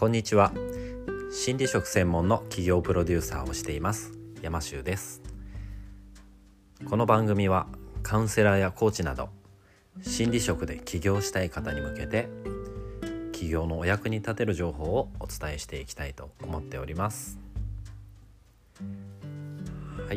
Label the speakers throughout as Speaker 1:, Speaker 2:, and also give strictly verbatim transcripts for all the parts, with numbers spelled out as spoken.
Speaker 1: こんにちは。心理職専門の企業プロデューサーをしています山修です。この番組はカウンセラーやコーチなど心理職で起業したい方に向けて起業のお役に立てる情報をお伝えしていきたいと思っております。はい、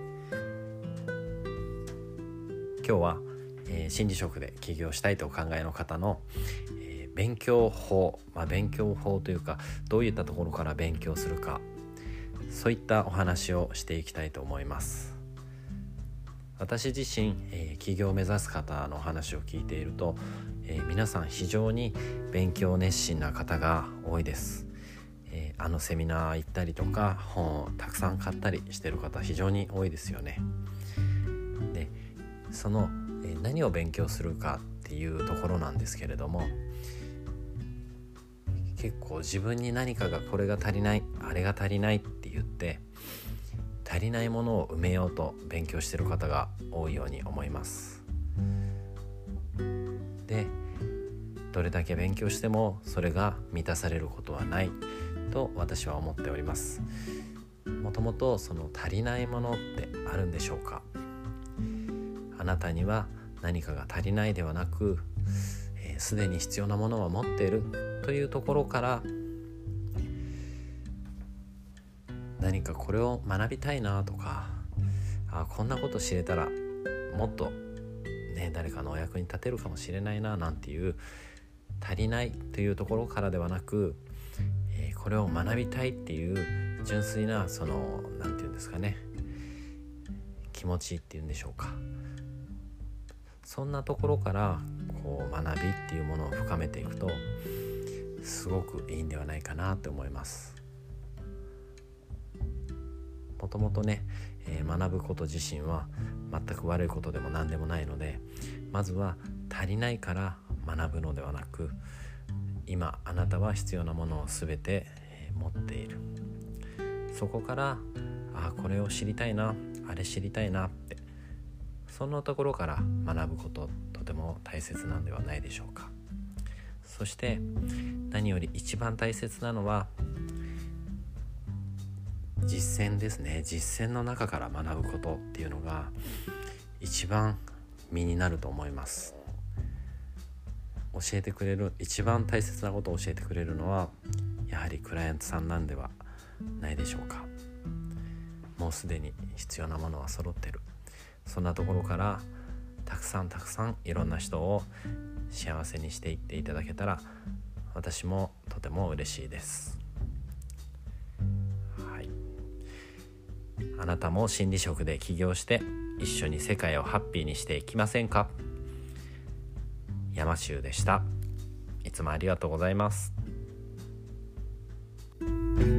Speaker 1: 今日は、えー、心理職で起業したいとお考えの方の、えー、勉強法、まあ、勉強法というかどういったところから勉強するか、そういったお話をしていきたいと思います。私自身、えー、起業を目指す方の話を聞いていると、えー、皆さん非常に勉強熱心な方が多いです。えー、あのセミナー行ったりとか本をたくさん買ったりしている方非常に多いですよね。で、その、えー、何を勉強するかっていうところなんですけれども、結構自分に何かがこれが足りないあれが足りないって言って足りないものを埋めようと勉強している方が多いように思います。で、どれだけ勉強してもそれが満たされることはないと私は思っております。もともとその足りないものってあるんでしょうか。あなたには何かが足りないではなく、すで、えー、に必要なものは持っているというところから何かこれを学びたいなとか、あこんなこと知れたらもっと、ね、誰かのお役に立てるかもしれないななんていう足りないというところからではなく、えー、これを学びたいっていう純粋なそのなんていうんですかね、気持ちっていうんでしょうか。そんなところからこう学びっていうものを深めていくとすごくいいんではないかなと思います。もともとね、えー、学ぶこと自身は全く悪いことでも何でもないので、まずは足りないから学ぶのではなく、今あなたは必要なものを全て、えー、持っている。そこからあこれを知りたいなあれ知りたいなって、そんなところから学ぶこととても大切なんではないでしょうか。そして何より一番大切なのは実践ですね。実践の中から学ぶことっていうのが一番身になると思います。教えてくれる一番大切なことを教えてくれるのはやはりクライアントさんなんではないでしょうか。もうすでに必要なものは揃ってる。そんなところからたくさんたくさんいろんな人を幸せにしていっていただけたら私もとても嬉しいです。はい、あなたも心理職で起業して一緒に世界をハッピーにしていきませんか。山修でした。いつもありがとうございます。